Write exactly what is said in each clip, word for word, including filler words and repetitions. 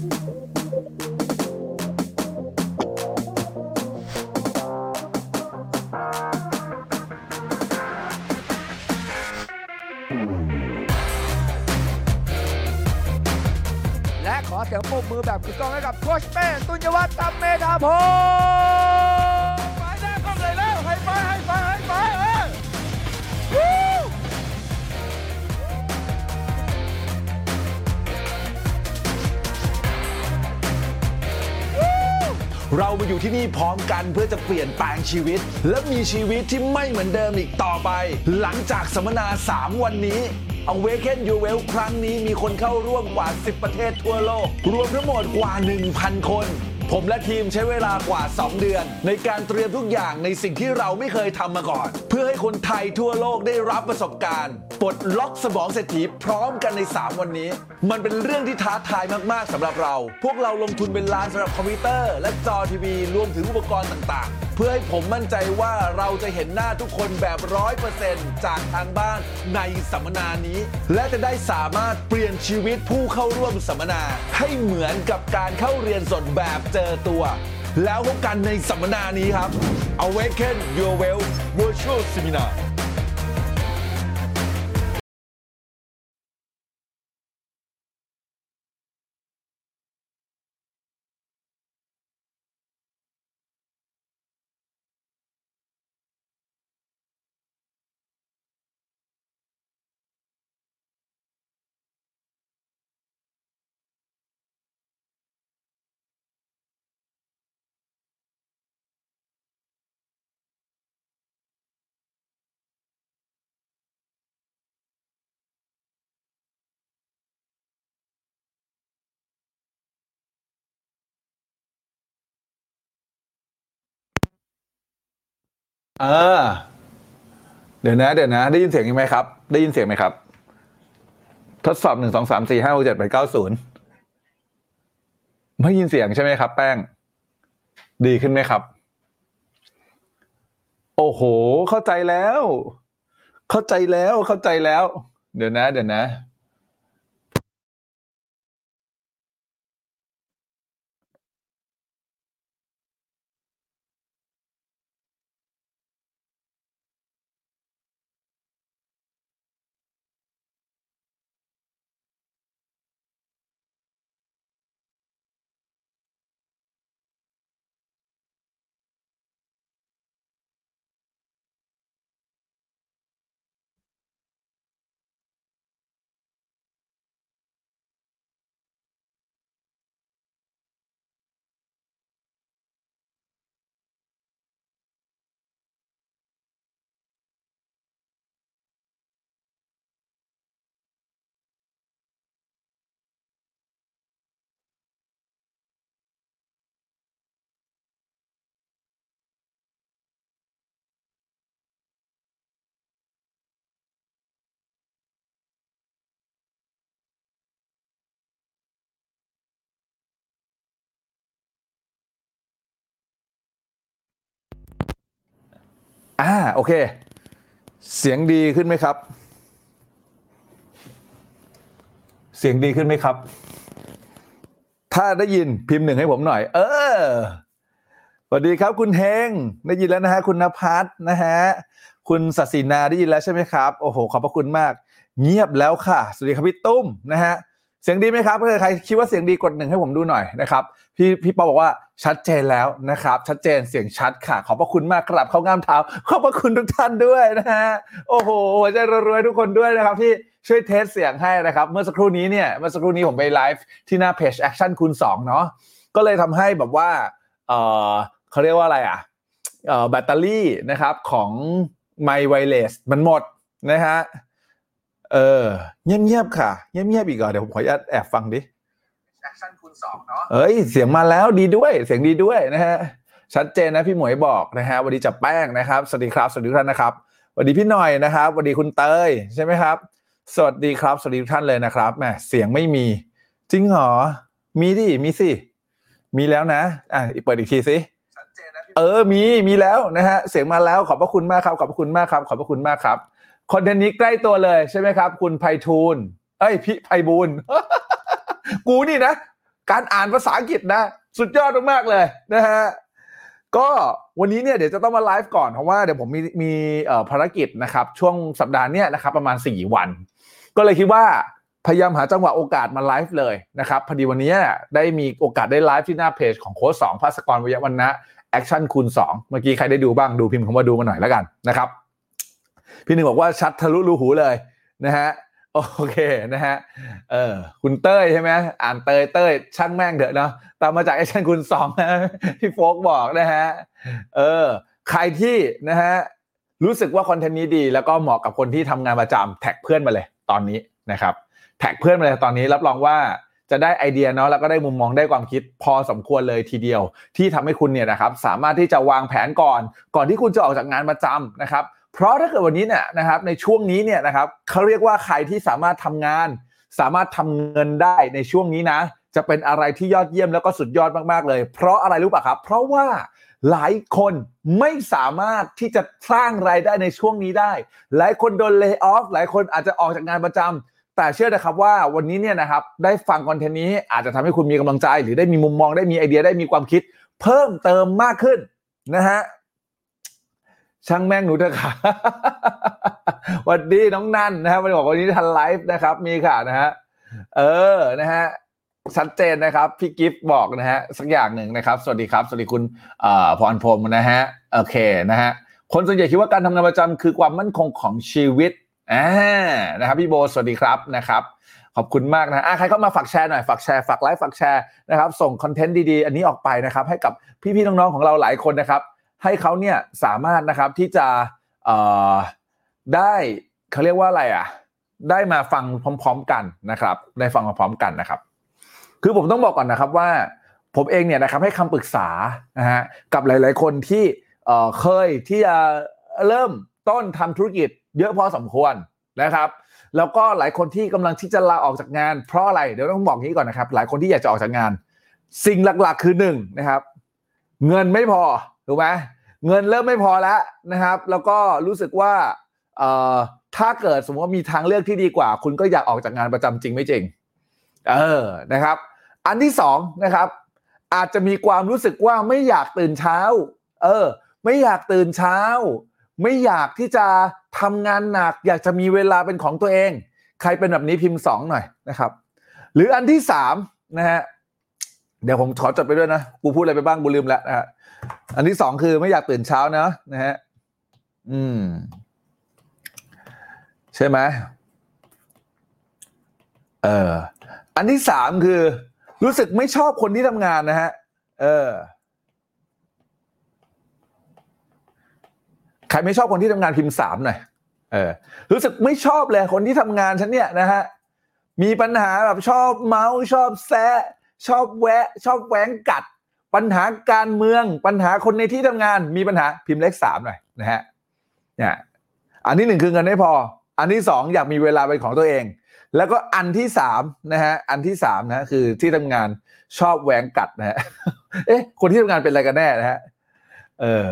และขอเสียงปรบมือแบบกึกก้องให้กับโค้ชเป้ตุลยวัฒน์ตัมเมธาพงศ์ไปหน้าเข้าเลยแล้วให้ไปให้ไปให้ไปเออเรามาอยู่ที่นี่พร้อมกันเพื่อจะเปลี่ยนแปลงชีวิตและมีชีวิตที่ไม่เหมือนเดิมอีกต่อไปหลังจากสัมมนาสามวันนี้ Awaken Your Wealth ครั้งนี้มีคนเข้าร่วมกว่าสิบประเทศทั่วโลกรวมทั้งหมดกว่า หนึ่งพัน คนผมและทีมใช้เวลากว่าสองเดือนในการเตรียมทุกอย่างในสิ่งที่เราไม่เคยทำมาก่อนเพื่อให้คนไทยทั่วโลกได้รับประสบการณ์ปลดล็อกสมองเศรษฐีพร้อมกันในสามวันนี้มันเป็นเรื่องที่ท้าทายมากๆสำหรับเราพวกเราลงทุนเป็นล้านสำหรับคอมพิวเตอร์และจอทีวีรวมถึงอุปกรณ์ต่างๆเพื่อให้ผมมั่นใจว่าเราจะเห็นหน้าทุกคนแบบ ร้อยเปอร์เซ็นต์ จากทางบ้านในสัมมนานี้และจะได้สามารถเปลี่ยนชีวิตผู้เข้าร่วมสัมมนาให้เหมือนกับการเข้าเรียนสดแบบเจอตัวแล้วพบกันในสัมมนานี้ครับ Awaken Your Wealth Virtual Seminarเออเดี๋ยวนะเดี๋ยวนะได้ยินเสียงไหมครับได้ยินเสียงไหมครับทดสอบหนึ่งสองสามสี่ห้าหกเจ็ดแปดเก้าศูนย์ไม่ยินเสียงใช่ไหมครับแป้งดีขึ้นไหมครับโอ้โหเข้าใจแล้วเข้าใจแล้วเข้าใจแล้วเดี๋ยวนะเดี๋ยวนะอ่าโอเคเสียงดีขึ้นไหมครับเสียงดีขึ้นไหมครับถ้าได้ยินพิมพ์หนึ่งให้ผมหน่อยเออสวัสดีครับคุณเฮงได้ยินแล้วนะฮะคุณณภัสนะฮะคุณศศินาได้ยินแล้วใช่ไหมครับโอ้โหขอบพระคุณมากเงียบแล้วค่ะสวัสดีครับพี่ตุ้มนะฮะเสียงดีไหมครับใครคิดว่าเสียงดีกดหนึ่งให้ผมดูหน่อยนะครับพี่พี่ปอบอกว่าชัดเจนแล้วนะครับชัดเจนเสียงชัดค่ะขอบพระคุณมากกราบเข้างามเท้าขอบพระคุณทุกท่านด้วยนะฮะโอ้โหหัวใจรวยๆทุกคนด้วยนะครับที่ช่วยเทสเสียงให้นะครับเมื่อสักครู่นี้เนี่ยเมื่อสักครู่นี้ผมไปไลฟ์ที่หน้าเพจ Action คูณสองเนาะก็เลยทำให้แบบว่าเอ่อเขาเรียกว่าอะไรอ่ะเอ่อแบตเตอรี่นะครับของไมค์ไวเลสมันหมดนะฮะเออเงียบๆค่ะเงียบๆอีกเหรอเดี๋ยวผมขออนุญาตแอบฟังดิ Action คูณสองเนาะเอ้ยเสียงมาแล้วดีด้วยเสียงดีด้วยนะฮะชัดเจนนะพี่หมวยบอกนะฮะสวัสดีจับแป้งนะครับสวัสดีครับสวัสดีทุกท่านนะครับสวัสดีพี่หน่อยนะครับสวัสดีคุณเตยใช่ไหมครับสวัสดีครับสวัสดีทุกท่านเลยนะครับแหมเสียงไม่มีจริงเหรอมีดิมีสิมีแล้วนะอ่ะเปิดอีกทีสิเออมีมีแล้วนะฮะเสียงมาแล้วขอบพระคุณมากครับขอบพระคุณมากครับขอบพระคุณมากครับคอนเทนต์นี้ใกล้ตัวเลยใช่ไหมครับคุณไพฑูรย์เอ้ยพี่ไพบูลย์ กูนี่นะการอ่านภาษาอังกฤษนะสุดยอดมากๆเลยนะฮะก็วันนี้เนี่ยเดี๋ยวจะต้องมาไลฟ์ก่อนเพราะว่าเดี๋ยวผมมีมีเอ่อภารกิจนะครับช่วงสัปดาห์เนี้ยนะครับประมาณสี่วันก็เลยคิดว่าพยายามหาจังหวะโอกาสมาไลฟ์เลยนะครับพอดีวันนี้ได้มีโอกาสได้ไลฟ์ที่หน้าเพจของโค้ชสองภาสกร วยวันนะแอคชั่นคูณสองเมื่อกี้ใครได้ดูบ้างดูพิมพ์คำว่าดูมาหน่อยแล้วกันนะครับพี่หนึ่งบอกว่าชัดทะลุรูหูเลยนะฮะโอเคนะฮะเออคุณเต้ยใช่ไหมอ่านเตยเต้ยช่างแม่งเถอะเนาะตามมาจากแอคชั่นคูณสองนะที่โฟกบอกนะฮะเออใครที่นะฮะรู้สึกว่าคอนเทนต์นี้ดีแล้วก็เหมาะกับคนที่ทำงานประจำแท็กเพื่อนมาเลยตอนนี้นะครับแท็กเพื่อนมาเลยตอนนี้รับรองว่าจะได้ไอเดียเนาะแล้วก็ได้มุมมองได้ความคิดพอสมควรเลยทีเดียวที่ทำให้คุณเนี่ยนะครับสามารถที่จะวางแผนก่อนก่อนที่คุณจะออกจากงานประจำนะครับเพราะถ้าเกิดวันนี้เนี่ยนะครับในช่วงนี้เนี่ยนะครับเขาเรียกว่าใครที่สามารถทำงานสามารถทำเงินได้ในช่วงนี้นะจะเป็นอะไรที่ยอดเยี่ยมแล้วก็สุดยอดมากๆเลยเพราะอะไรรู้ป่ะครับเพราะว่าหลายคนไม่สามารถที่จะสร้างรายได้ในช่วงนี้ได้หลายคนโดนเลย์ออฟหลายคนอาจจะออกจากงานประจำแต่เชื่อนะครับว่าวันนี้เนี่ยนะครับได้ฟังคอนเทนต์นี้อาจจะทำให้คุณมีกำลังใจหรือได้มีมุมมองได้มีไอเดียได้มีความคิดเพิ่มเติมมากขึ้นนะฮะช่างแม่งหนูเถอะค่ะสวัสดีน้องนันนะครับวันบอกวันนี้ทันไลฟ์นะครับมีค่ะนะฮะเออนะฮะชัดเจนนะครับพี่กิฟต์บอกนะฮะสักอย่างหนึ่งนะครับสวัสดีครับสวัสดีคุณพรพรมนะฮะโอเคนะฮะคนส่วนใหญ่คิดว่าการทำงานประจำคือความมั่นคงของชีวิตอ่านะครับพี่โบสวัสดีครับนะครับขอบคุณมากนะอ่ะใครเข้ามาฝากแชร์หน่อยฝากแชร์ฝากไลฟ์ฝากแชร์นะครับส่งคอนเทนต์ดีๆอันนี้ออกไปนะครับให้กับพี่ๆน้องๆของเราหลายคนนะครับให้เขาเนี่ยสามารถนะครับที่จะเอ่อได้เขาเรียกว่าอะไรอ่ะได้มาฟังพร้อมๆกันนะครับได้ฟังพร้อมๆกันนะครับคือผมต้องบอกก่อนนะครับว่าผมเองเนี่ยนะครับให้คำปรึกษานะฮะกับหลายๆคนที่เอ่อเคยที่จะเริ่มต้นทำธุรกิจเยอะพอสมควรนะครับแล้วก็หลายคนที่กำลังที่จะลาออกจากงานเพราะอะไรเดี๋ยวต้องบอกนี้ก่อนนะครับหลายคนที่อยากจะออกจากงานสิ่งหลักๆคือหนึ่งนะครับเงินไม่พอถูกไหมเงินเริ่มไม่พอแล้วนะครับแล้วก็รู้สึกว่าเอ่อถ้าเกิดสมมติว่ามีทางเลือกที่ดีกว่าคุณก็อยากออกจากงานประจำจริงไม่จริงเออนะครับอันที่สองนะครับอาจจะมีความรู้สึกว่าไม่อยากตื่นเช้าเออไม่อยากตื่นเช้าไม่อยากที่จะทำงานหนักอยากจะมีเวลาเป็นของตัวเองใครเป็นแบบนี้พิมพ์สองหน่อยนะครับหรืออันที่สามนะฮะเดี๋ยวผมขอจดไปด้วยนะกูพูดอะไรไปบ้างกูลืมแล้วนะฮะอันที่สองคือไม่อยากตื่นเช้านะนะฮะอืมใช่ไหมเอออันที่สามคือรู้สึกไม่ชอบคนที่ทำงานนะฮะเออใครไม่ชอบคนที่ทำงานพิมพ์สามหน่อยเออรู้สึกไม่ชอบเลยคนที่ทำงานฉันเนี่ยนะฮะมีปัญหาแบบชอบเมาส์ชอบแซะชอบแวะชอบแหวงกัดปัญหาการเมืองปัญหาคนในที่ทำงานมีปัญหาพิมพ์เลขสามหน่อยนะฮะเนี่ยอันที่หนึ่งคือเงินไม่พออันที่สองอยากมีเวลาเป็นของตัวเองแล้วก็อันที่สามนะฮะอันที่สามนะคือที่ทำงานชอบแหวงกัดนะฮะเอ๊ะคนที่ทำงานเป็นอะไรกันแน่นะฮะเออ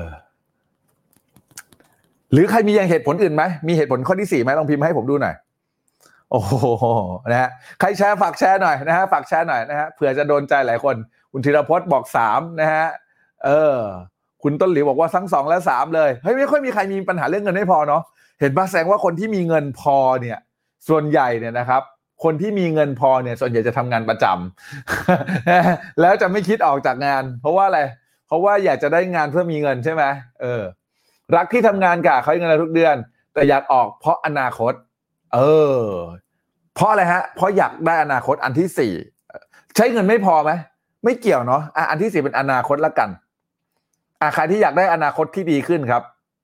หรือใครมีอย่างเหตุผลอื่นไหมมีเหตุผลข้อที่สี่ไหมลองพิมพ์ให้ผมดูหน่อยโอ้โหนะฮะใครแชร์ฝากแชร์หน่อยนะฮะฝากแชร์หน่อยนะฮะเผื่อจะโดนใจหลายคนคุณธีรพจน์บอกสามนะฮะเออคุณต้นหลิวบอกว่าทั้งสองและสามเลยเฮ้ยไม่ค่อยมีใครมีปัญหาเรื่องเงินไม่พอเนาะเห็นป่ะแสดงว่าคนที่มีเงินพอเนี่ยส่วนใหญ่เนี่ยนะครับคนที่มีเงินพอเนี่ยส่วนใหญ่จะทำงานประจำ แล้วจะไม่คิดออกจากงานเพราะว่าอะไรเพราะว่าอยากจะได้งานเพื่อมีเงินใช่ไหมเออรักที่ทำงานกะเขาให้เงินเราทุกเดือนแต่อยากออกเพราะอนาคตเออเพราะอะไรฮะเพราะอยากได้อนาคตอันที่สี่ใช้เงินไม่พอไหมไม่เกี่ยวเนาะอ่ะอันที่สี่เป็นอนาคตละกันอ่ะใครที่อยากได้อนาคตที่ดีขึ้นครับ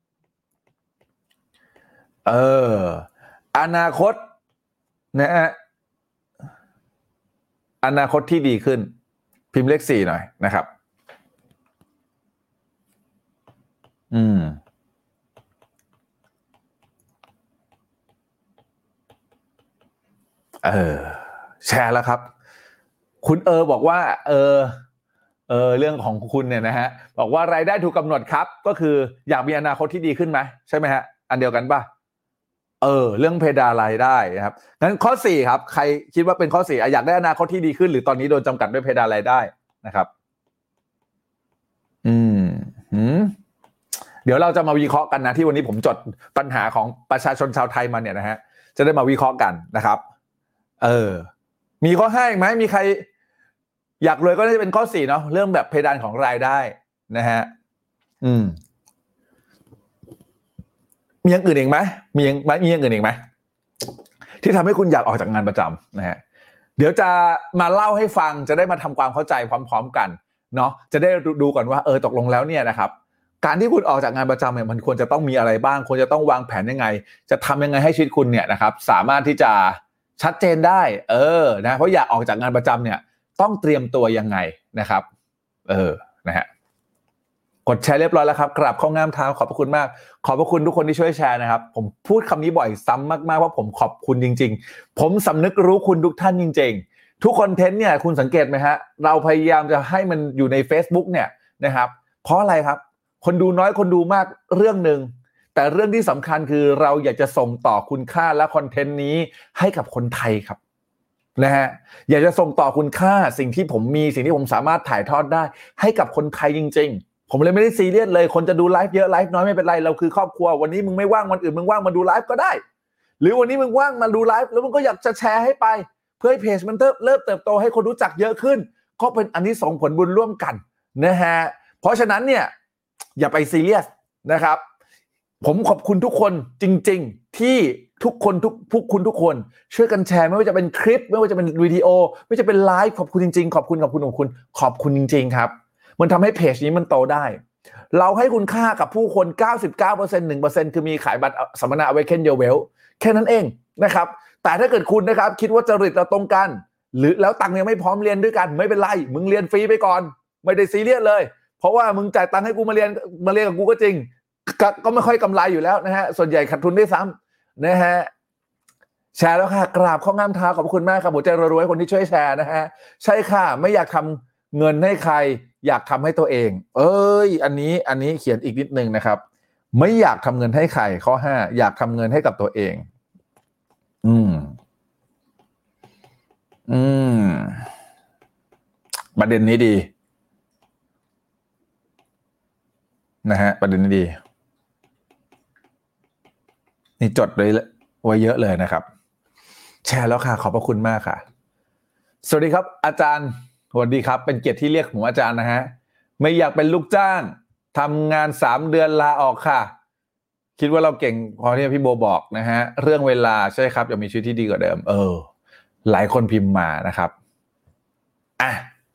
เอออนาคตนะฮะอนาคตที่ดีขึ้นพิมพ์เลขสี่หน่อยนะครับอืมเออแชร์แล้วครับคุณเออบอกว่าเออเออเรื่องของคุณเนี่ยนะฮะบอกว่ารายได้ถูกกำหนดครับก็คืออยากมีอนาคตที่ดีขึ้นไหมใช่ไหมฮะอันเดียวกันป่ะเออเรื่องเพดานรายได้นะครับงั้นข้อสี่ครับใครคิดว่าเป็นข้อสี่อยากได้อนาคตที่ดีขึ้นหรือตอนนี้โดนจำกัดด้วยเพดานรายได้นะครับอืมหืมเดี๋ยวเราจะมาวิเคราะห์กันนะที่วันนี้ผมจดปัญหาของประชาชนชาวไทยมาเนี่ยนะฮะจะได้มาวิเคราะห์กันนะครับเออมีข้อห้าอีกไหมมีใครอยากรวยก็น่าจะเป็นข้อสี่เนาะเรื่องแบบเพดานของรายได้นะฮะอืมมีอย่างอื่นอีกไหมมีอย่างมีอย่างอื่นอีกไหมที่ทำให้คุณอยากออกจากงานประจำนะฮะเดี๋ยวจะมาเล่าให้ฟังจะได้มาทำความเข้าใจพร้อมๆกันเนาะจะได้ดูก่อนว่าเออตกลงแล้วเนี่ยนะครับการที่คุณออกจากงานประจำเนี่ยมันควรจะต้องมีอะไรบ้างควรจะต้องวางแผนยังไงจะทำยังไงให้ชีวิตคุณเนี่ยนะครับสามารถที่จะชัดเจนได้เออนะเพราะอยากออกจากงานประจำเนี่ยต้องเตรียมตัวยังไงนะครับเออนะฮะกดแชร์เรียบร้อยแล้วครับกราบข้องามเท้าขอบพระคุณมากขอบพระคุณทุกคนที่ช่วยแชร์นะครับผมพูดคำนี้บ่อยซ้ำมากๆว่าผมขอบคุณจริงๆผมสำนึกรู้คุณทุกท่านจริงๆทุกคอนเทนต์เนี่ยคุณสังเกตไหมฮะเราพยายามจะให้มันอยู่ใน Facebook เนี่ยนะครับเพราะอะไรครับคนดูน้อยคนดูมากเรื่องนึงแต่เรื่องที่สำคัญคือเราอยากจะส่งต่อคุณค่าและคอนเทนต์นี้ให้กับคนไทยครับนะฮะอยากจะส่งต่อคุณค่าสิ่งที่ผมมีสิ่งที่ผมสามารถถ่ายทอดได้ให้กับคนไทยจริงๆผมเลยไม่ได้ซีเรียสเลยคนจะดูไลฟ์เยอะไลฟ์น้อยไม่เป็นไรเราคือครอบครัววันนี้มึงไม่ว่างวันอื่นมึงว่างมาดูไลฟ์ก็ได้หรือวันนี้มึงว่างมาดูไลฟ์แล้วมึงก็อยากจะแชร์ให้ไปเพื่อให้เพจมันเริ่มเติบโตให้คนรู้จักเยอะขึ้นก็เป็นอันนี้ส่งผลบุญร่วมกันนะฮะเพราะฉะนั้นเนี่ยอย่าไปซีเรียสนะครับผมขอบคุณทุกคนจริงๆที่ทุกคนทุกพวกคุณทุกคนช่วยกันแชร์ไม่ว่าจะเป็นคลิปไม่ว่าจะเป็นวิดีโอไม่ว่าจะเป็นไลฟ์ขอบคุณจริงๆขอบคุณขอบคุณขอบคุณขอบคุณจริงๆครับมันทำให้เพจนี้มันโตได้เราให้คุณค่ากับผู้คน เก้าสิบเก้าเปอร์เซ็นต์ หนึ่งเปอร์เซ็นต์ คือมีขายบัตรสัมมนา Awaken Your Wealth แค่นั้นเองนะครับแต่ถ้าเกิดคุณนะครับคิดว่าจริตเราตรงกันหรือแล้วตังค์ยังไม่พร้อมเรียนด้วยกันไม่เป็นไรมึงเรียนฟรีไปก่อนไม่ได้ซีเรียสเลยเพราะว่ามึงจ่ายตังค์ให้กูมาเรียนมาเรียนกับกูก็จริงก็ก็ไม่ค่อยกำไรอยู่แล้วนะฮะส่วนใหญ่ขาดทุนด้วยซ้ำนะฮะแชร์แล้วค่ะกราบข้องามเท้าขอบคุณมากครับหัวใจรวยๆคนที่ช่วยแชร์นะฮะใช่ค่ะไม่อยากทำเงินให้ใครอยากทำให้ตัวเองเอ้ยอันนี้อันนี้เขียนอีกนิดนึงนะครับไม่อยากทำเงินให้ใครข้อห้าอยากทำเงินให้กับตัวเองอืมอืมประเด็นนี้ดีนะฮะประเด็นนี้ดีนี่จดไว้ไว้เยอะเลยนะครับแชร์แล้วค่ะขอบพระคุณมากค่ะสวัสดีครับอาจารย์สวัสดีครับเป็นเกียรติที่เรียกผมอาจารย์นะฮะไม่อยากเป็นลูกจ้างทำงานสามเดือนลาออกค่ะคิดว่าเราเก่งพอที่พี่โบบอกนะฮะเรื่องเวลาใช่ครับอยากมีชีวิตที่ดีกว่าเดิมเออหลายคนพิมพ์มานะครับอ่ะ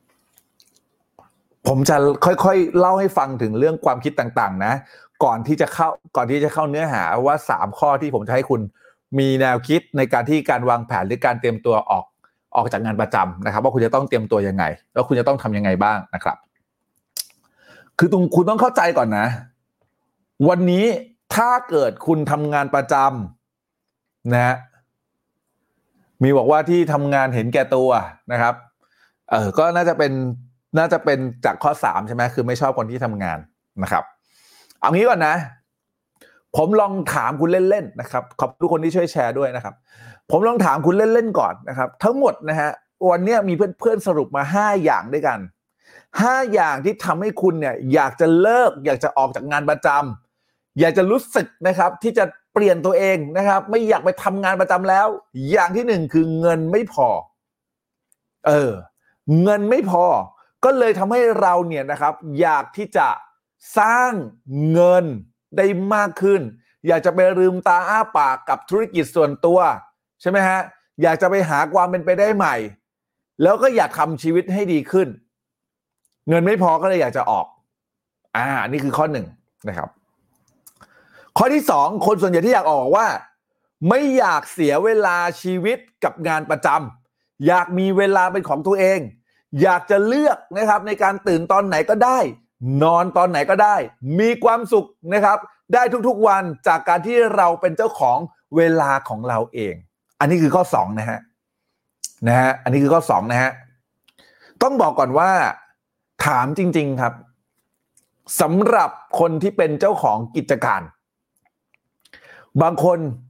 ผมจะค่อยๆเล่าให้ฟังถึงเรื่องความคิดต่างๆนะก่อนที่จะเข้าก่อนที่จะเข้าเนื้อหาว่าสามข้อที่ผมจะให้คุณมีแนวคิดในการที่การวางแผนหรือการเตรียมตัวออกออกจากงานประจำนะครับว่าคุณจะต้องเตรียมตัวยังไงแล้วคุณจะต้องทำยังไงบ้างนะครับคือตรงคุณต้องเข้าใจก่อนนะวันนี้ถ้าเกิดคุณทำงานประจำนะมีบอกว่าที่ทำงานเห็นแก่ตัวนะครับเออก็น่าจะเป็นน่าจะเป็นจากข้อสามใช่ไหมคือไม่ชอบคนที่ทำงานนะครับเอางี้ก่อนนะผมลองถามคุณเล่นๆนะครับขอบทุกคนที่ช่วยแชร์ด้วยนะครับผมลองถามคุณเล่นๆก่อนนะครับทั้งหมดนะฮะวันนี้มีเพื่อนๆสรุปมาห้าอย่างด้วยกันห้าอย่างที่ทำให้คุณเนี่ยอยากจะเลิกอยากจะออกจากงานประจำอยากจะรู้สึกนะครับที่จะเปลี่ยนตัวเองนะครับไม่อยากไปทำงานประจำแล้วอย่างที่หนึ่งคือเงินไม่พอเออเงินไม่พอก็เลยทำให้เราเนี่ยนะครับอยากที่จะสร้างเงินได้มากขึ้นอยากจะไปลืมตาอ้าปากกับธุรกิจส่วนตัวใช่ไหมฮะอยากจะไปหาความเป็นไปได้ใหม่แล้วก็อยากทำชีวิตให้ดีขึ้นเงินไม่พอก็เลยอยากจะออกอ่านี่คือข้อหนึ่งนะครับข้อที่สองคนส่วนใหญ่ที่อยากออกว่าไม่อยากเสียเวลาชีวิตกับงานประจำอยากมีเวลาเป็นของตัวเองอยากจะเลือกนะครับในการตื่นตอนไหนก็ได้นอนตอนไหนก็ได้มีความสุขนะครับได้ทุกๆวันจากการที่เราเป็นเจ้าของเวลาของเราเองอันนี้คือข้อสองนะฮะนะฮะอันนี้คือข้อสองนะฮะต้องบอกก่อนว่าถามจริงๆครับสำหรับคนที่เป็นเจ้าของกิจการบางคน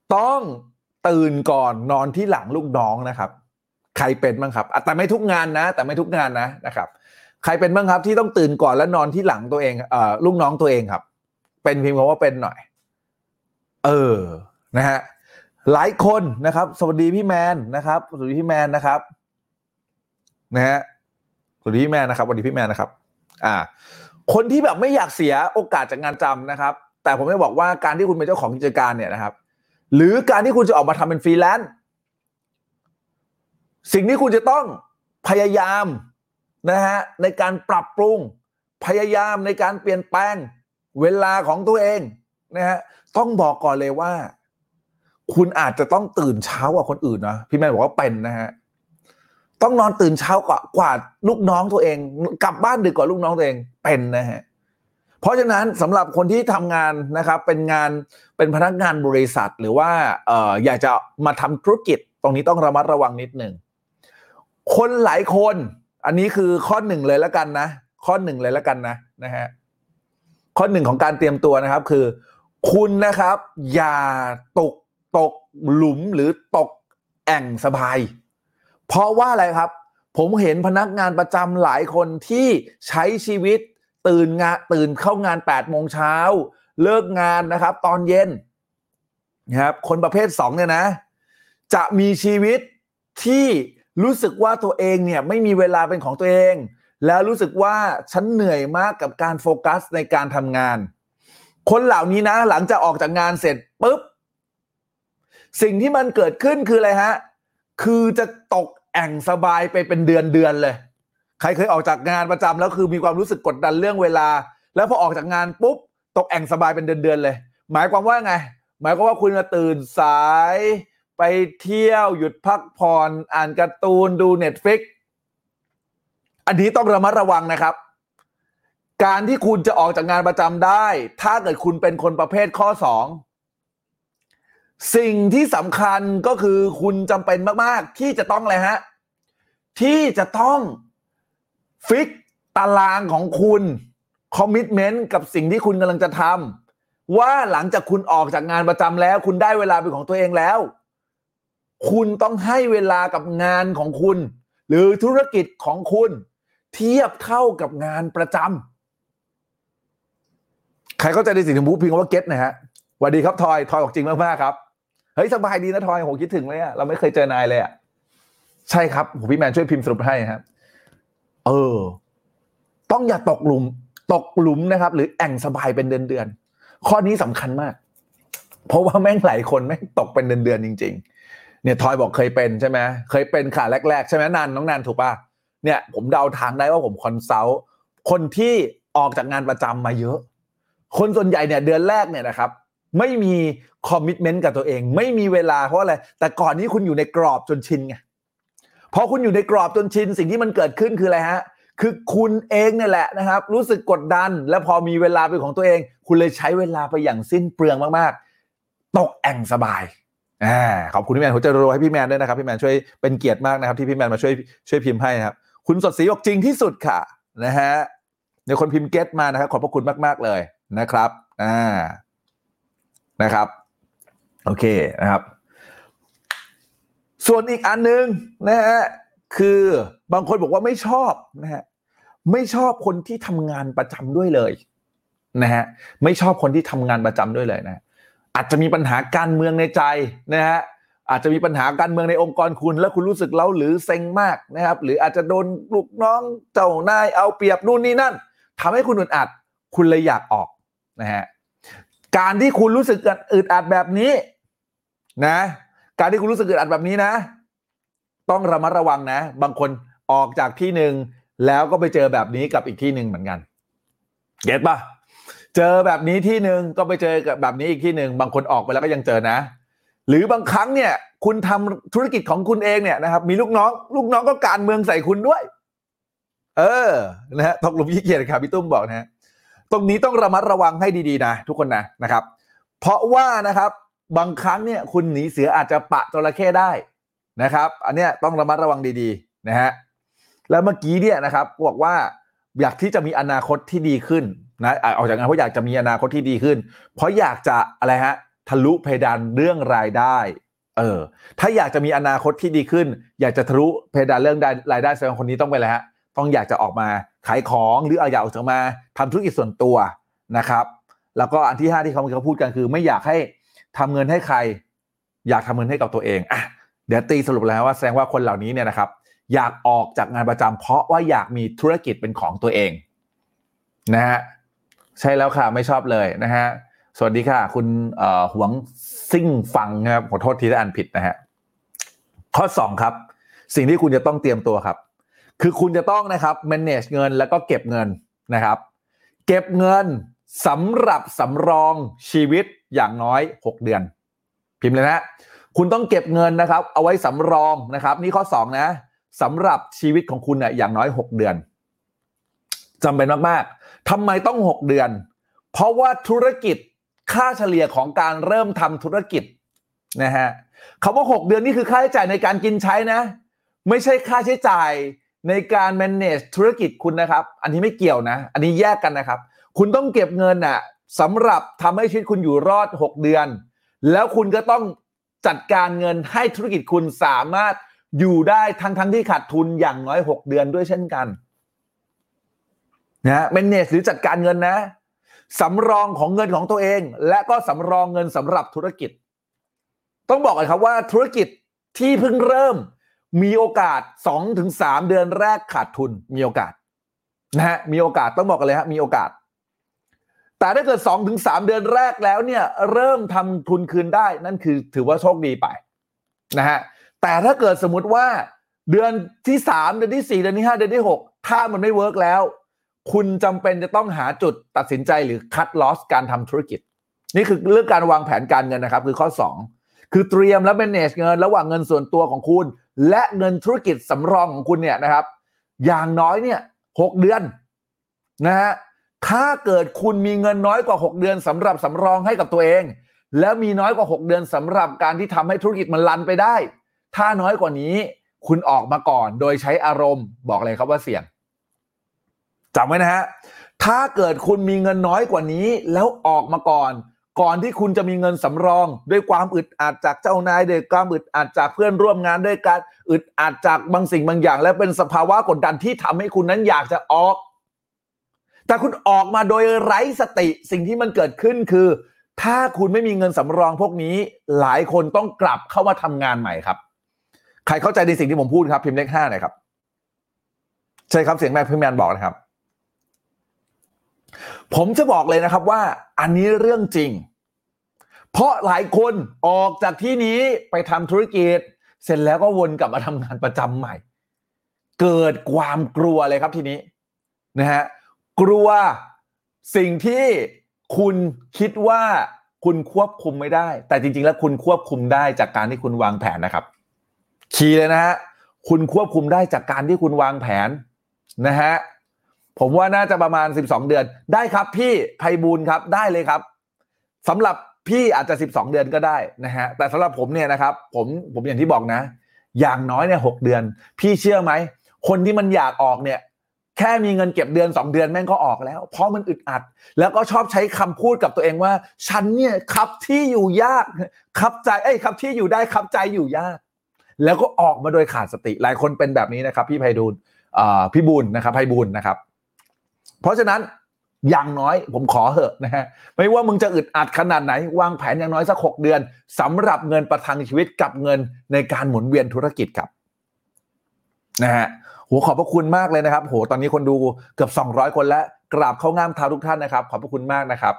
ต้องตื่นก่อนนอนที่หลังลูกน้องนะครับใครเป็นบ้างครับแต่ไม่ทุกงานนะแต่ไม่ทุกงานนะนะครับใครเป็นบ้างครับที่ต้องตื่นก่อนแล้วนอนที่หลังตัวเองเอ่อลูกน้องตัวเองครับเป็นพิมพ์คำว่าเป็นหน่อยเออนะฮะหลายคนนะครับสวัสดีพี่แมนนะครับสวัสดีพี่แมนนะครับนะฮะสวัสดีพี่แมนนะครับสวัสดีพี่แมนนะครับอ่าคนที่แบบไม่อยากเสียโอกาสจากงานจำนะครับแต่ผมไม่บอกว่าการที่คุณเป็นเจ้าของกิจการเนี่ยนะครับหรือการที่คุณจะออกมาทำเป็นฟรีแลนซ์สิ่งที่คุณจะต้องพยายามนะฮะในการปรับปรุงพยายามในการเปลี่ยนแปลงเวลาของตัวเองนะฮะต้องบอกก่อนเลยว่าคุณอาจจะต้องตื่นเช้ากว่าคนอื่นนะพี่แม่บอกว่าเป็นนะฮะต้องนอนตื่นเช้ากว่ากว่าลูกน้องตัวเองกลับบ้านดึกกว่าลูกน้องตัวเองเป็นนะฮะเพราะฉะนั้นสำหรับคนที่ทำงานนะครับเป็นงานเป็นพนักงานบริษัทหรือว่าเอ่ออยากจะมาทำธุรกิจตรงนี้ต้องระมัดระวังนิดนึงคนหลายคนอันนี้คือข้อหนึ่งเลยแล้วกันนะข้อหนึ่งเลยแล้วกันนะนะฮะข้อหนึ่งของการเตรียมตัวนะครับคือคุณนะครับอย่าตกตกหลุมหรือตกแอ่งสบายเพราะว่าอะไรครับผมเห็นพนักงานประจำหลายคนที่ใช้ชีวิตตื่นงานตื่นเข้างานแปดโมงเช้าเลิกงานนะครับตอนเย็นนะครับคนประเภทสองเนี่ยนะจะมีชีวิตที่รู้สึกว่าตัวเองเนี่ยไม่มีเวลาเป็นของตัวเองแล้วรู้สึกว่าฉันเหนื่อยมากกับการโฟกัสในการทำงานคนเหล่านี้นะหลังจากออกจากงานเสร็จปุ๊บสิ่งที่มันเกิดขึ้นคืออะไรฮะคือจะตกแอ่งสบายไปเป็นเดือนเดือนเลยใครเคยออกจากงานประจำแล้วคือมีความรู้สึกกดดันเรื่องเวลาแล้วพอออกจากงานปุ๊บตกแอ่งสบายเป็นเดือนเดือนเลยหมายความว่าไงหมายความว่าคุณจะตื่นสายไปเที่ยวหยุดพักผ่อนอ่านการ์ตูนดู Netflix อันนี้ต้องระมัดระวังนะครับการที่คุณจะออกจากงานประจำได้ถ้าเกิดคุณเป็นคนประเภทข้อสองสิ่งที่สำคัญก็คือคุณจำเป็นมากๆที่จะต้องอะไรฮะที่จะต้องฟิกตารางของคุณคอมมิตเมนต์กับสิ่งที่คุณกำลังจะทำว่าหลังจากคุณออกจากงานประจำแล้วคุณได้เวลาเป็นของตัวเองแล้วคุณต้องให้เวลากับงานของคุณหรือธุรกิจของคุณเทียบเท่ากับงานประจำใครเข้าใจในสิ่งที่ผมพูดพิงว่าเก็ตนะฮะสวัสดีครับทอยทอยบอกจริงมากๆครับเฮ้ยสบายดีนะทอยโหคิดถึงเลยอะเราไม่เคยเจอนายเลยอะใช่ครับผมพี่แมนช่วยพิมพ์สรุปให้ครับเออต้องอย่าตกหลุมตกหลุมนะครับหรือแอ่งสบายเป็นเดือนๆข้อนี้สำคัญมากเพราะว่าแม่งหลายคนแม่งตกเป็นเดือนๆจริงๆเนี่ยทอยบอกเคยเป็นใช่ไหมเคยเป็นค่ะแรกๆใช่ไหมนันน้องนันถูกป่ะเนี่ยผมเดาทางได้ว่าผมคอนซัลท์คนที่ออกจากงานประจำมาเยอะคนส่วนใหญ่เนี่ยเดือนแรกเนี่ยนะครับไม่มีคอมมิตเมนต์กับตัวเองไม่มีเวลาเพราะอะไรแต่ก่อนนี้คุณอยู่ในกรอบจนชินไงพอคุณอยู่ในกรอบจนชินสิ่งที่มันเกิดขึ้นคืออะไรฮะคือคุณเองเนี่ยแหละนะครับรู้สึกกดดันและพอมีเวลาเป็นของตัวเองคุณเลยใช้เวลาไปอย่างสิ้นเปลืองมากๆตกแอ่งสบายอ่าขอบคุณพี่แมนผมจะโรยให้พี่แมนด้วยนะครับพี่แมนช่วยเป็นเกียรติมากนะครับที่พี่แมนมาช่วยช่วยพิมพ์ให้นะครับคุณสดศรีบอกจริงที่สุดค่ะนะฮะเดี๋ยวคนพิมพ์เก็ตมานะครับขอบพระคุณมากๆเลยนะครับอ่านะครับโอเคนะครับส่วนอีกอันนึงนะฮะคือบางคนบอกว่าไม่ชอบนะฮะไม่ชอบคนที่ทำงานประจำด้วยเลยนะฮะไม่ชอบคนที่ทำงานประจำด้วยเลยนะอาจจะมีปัญหาการเมืองในใจนะฮะอาจจะมีปัญหาการเมืองในองค์กรคุณแล้วคุณรู้สึกเล้าหรือเซ็งมากนะครับหรืออาจจะโดนลูกน้องเจ้านายเอาเปรียบนู่นนี่นั่นทำให้คุณอึดอัดคุณเลยอยากออกนะฮะการที่คุณรู้สึกอึดอัดแบบนี้นะการที่คุณรู้สึกอึดอัดแบบนี้นะต้องระมัดระวังนะบางคนออกจากที่หนึ่งแล้วก็ไปเจอแบบนี้กับอีกที่หนึ่งเหมือนกันเก็ทป่ะเจอแบบนี้ที่หนึ่งก็ไปเจอกับแบบนี้อีกที่หนึ่งบางคนออกไปแล้วก็ยังเจอนะหรือบางครั้งเนี่ยคุณทำธุรกิจของคุณเองเนี่ยนะครับมีลูกน้องลูกน้องก็การเมืองใส่คุณด้วยเออนะฮะตกหลุมขี้เกียจครับพี่ตุ้มบอกนะฮะตรงนี้ต้องระมัดระวังให้ดีๆนะทุกคนนะนะครับเพราะว่านะครับบางครั้งเนี่ยคุณหนีเสืออาจจะปะจระเข้ได้นะครับอันเนี้ยต้องระมัดระวังดีๆนะฮะแล้วเมื่อกี้เนี่ยนะครับบอกว่าอยากที่จะมีอนาคตที่ดีขึ้นนะออกจากงานเพราะอยากจะมีอนาคตที่ดีขึ้นเพราะอยากจะอะไรฮะทะลุเพดานเรื่องรายได้เออถ้าอยากจะมีอนาคตที่ดีขึ้นอยากจะทะลุเพดานเรื่องรายได้แสดงคนนี้ต้องไปเลยฮะต้องอยากจะออกมาขายของหรือเอาอยากออกจากมาทำธุรกิจส่วนตัวนะครับแล้วก็อันที่ห้าที่เขาเขาพูดกันคือไม่อยากให้ทำเงินให้ใครอยากทำเงินให้กับตัวเองอ่ะเดี๋ยวตีสรุปแล้วว่าแสดงว่าคนเหล่านี้เนี่ยนะครับอยากออกจากงานประจำเพราะว่าอยากมีธุรกิจเป็นของตัวเองนะฮะใช่แล้วค่ะไม่ชอบเลยนะฮะสวัสดีค่ะคุณเอ่อหวงซิ่งฟังนะครับขอโทษทีถ้าอ่านผิดนะฮะข้อสองครับสิ่งที่คุณจะต้องเตรียมตัวครับคือคุณจะต้องนะครับ manage เงินแล้วก็เก็บเงินนะครับเก็บเงินสำหรับสำรองชีวิตอย่างน้อยหกเดือนพิมพ์เลยนะคุณต้องเก็บเงินนะครับเอาไว้สำรองนะครับนี่ข้อสองนะสำหรับชีวิตของคุณเนี่ยอย่างน้อยหกเดือนจำเป็นมากๆทำไมต้องหกเดือนเพราะว่าธุรกิจค่าเฉลี่ยของการเริ่มทำธุรกิจนะฮะคำว่าหกเดือนนี่คือค่าใช้จ่ายในการกินใช้นะไม่ใช่ค่าใช้จ่ายในการ manage ธุรกิจคุณนะครับอันนี้ไม่เกี่ยวนะอันนี้แยกกันนะครับคุณต้องเก็บเงินน่ะสำหรับทำให้ชีวิตคุณอยู่รอดหกเดือนแล้วคุณก็ต้องจัดการเงินให้ธุรกิจคุณสามารถอยู่ได้ทั้งทั้งที่ขาดทุนอย่างน้อยหกเดือนด้วยเช่นกันนะ manage หรือจัดการเงินนะสำรองของเงินของตัวเองและก็สำรองเงินสำหรับธุรกิจต้องบอกกันครับว่าธุรกิจที่เพิ่งเริ่มมีโอกาส สองถึงสาม เดือนแรกขาดทุนมีโอกาสนะฮะมีโอกาสต้องบอกกันเลยฮะมีโอกาสแต่ถ้าเกิด สองถึงสาม เดือนแรกแล้วเนี่ยเริ่มทำทุนคืนได้นั่นคือถือว่าโชคดีไปนะฮะแต่ถ้าเกิดสมมุติว่าเดือนที่สามเดือนที่สี่เดือนที่ห้าเดือนที่หกถ้ามันไม่เวิร์กแล้วคุณจำเป็นจะต้องหาจุดตัดสินใจหรือ cut loss การทำธุรกิจนี่คือเรื่องการวางแผนการเงินนะครับคือข้อสองคือเตรียมและ manage เงินระหว่างเงินส่วนตัวของคุณและเงินธุรกิจสำรองของคุณเนี่ยนะครับอย่างน้อยเนี่ยหกเดือนนะฮะถ้าเกิดคุณมีเงินน้อยกว่าหกเดือนสำหรับสำรองให้กับตัวเองแล้วมีน้อยกว่าหกเดือนสำหรับการที่ทำให้ธุรกิจมันรันไปได้ถ้าน้อยกว่านี้คุณออกมาก่อนโดยใช้อารมณ์บอกเลยครับว่าเสี่ยงจำไว้นะฮะถ้าเกิดคุณมีเงินน้อยกว่านี้แล้วออกมาก่อนก่อนที่คุณจะมีเงินสำรองด้วยความอึดอัดจากเจ้านายด้วยความอึดอัดจากเพื่อนร่วมงานด้วยการอึดอัดจากบางสิ่งบางอย่างและเป็นสภาวะกดดันที่ทำให้คุณนั้นอยากจะออกแต่คุณออกมาโดยไร้สติสิ่งที่มันเกิดขึ้นคือถ้าคุณไม่มีเงินสำรองพวกนี้หลายคนต้องกลับเข้ามาทำงานใหม่ครับใครเข้าใจในสิ่งที่ผมพูดครับพิมพ์เลขห้าหน่อยครับใช่ครับเสียงแม่พิมพ์แมนบอกนะครับผมจะบอกเลยนะครับว่าอันนี้เรื่องจริงเพราะหลายคนออกจากที่นี้ไปทำธุรกิจเสร็จแล้วก็วนกลับมาทำงานประจำใหม่เกิดความกลัวเลยครับทีนี้นะฮะกลัวสิ่งที่คุณคิดว่าคุณควบคุมไม่ได้แต่จริงๆแล้วคุณควบคุมได้จากการที่คุณวางแผนนะครับคีย์เลยนะฮะคุณควบคุมได้จากการที่คุณวางแผนนะฮะผมว่าน่าจะประมาณสิบสองเดือนได้ครับพี่ไพบูลย์ครับได้เลยครับสำหรับพี่อาจจะสิบสองเดือนก็ได้นะฮะแต่สำหรับผมเนี่ยนะครับผมผมอย่างที่บอกนะอย่างน้อยเนี่ยหกเดือนพี่เชื่อไหมคนที่มันอยากออกเนี่ยแค่มีเงินเก็บเดือนสองเดือนแม่งก็ออกแล้วเพราะมันอึดอัดแล้วก็ชอบใช้คำพูดกับตัวเองว่าฉันเนี่ยครับที่อยู่ยากครับใจเอ้ยครับที่อยู่ได้ครับใจอยู่ยากแล้วก็ออกมาโดยขาดสติหลายคนเป็นแบบนี้นะครับพี่ไพบูลย์อ่าพี่บูลย์นะครับไพบูลย์นะครับเพราะฉะนั้นอย่างน้อยผมขอเหอะนะฮะไม่ว่ามึงจะอึดอัดขนาดไหนวางแผนอย่างน้อยสักหกเดือนสำหรับเงินประทังชีวิตกับเงินในการหมุนเวียนธุรกิจครับนะฮะโหขอบพระคุณมากเลยนะครับโหตอนนี้คนดูเกือบสองร้อยคนแล้วกราบเข้าง่ามเท้าทุกท่านนะครับขอบพระคุณมากนะครับ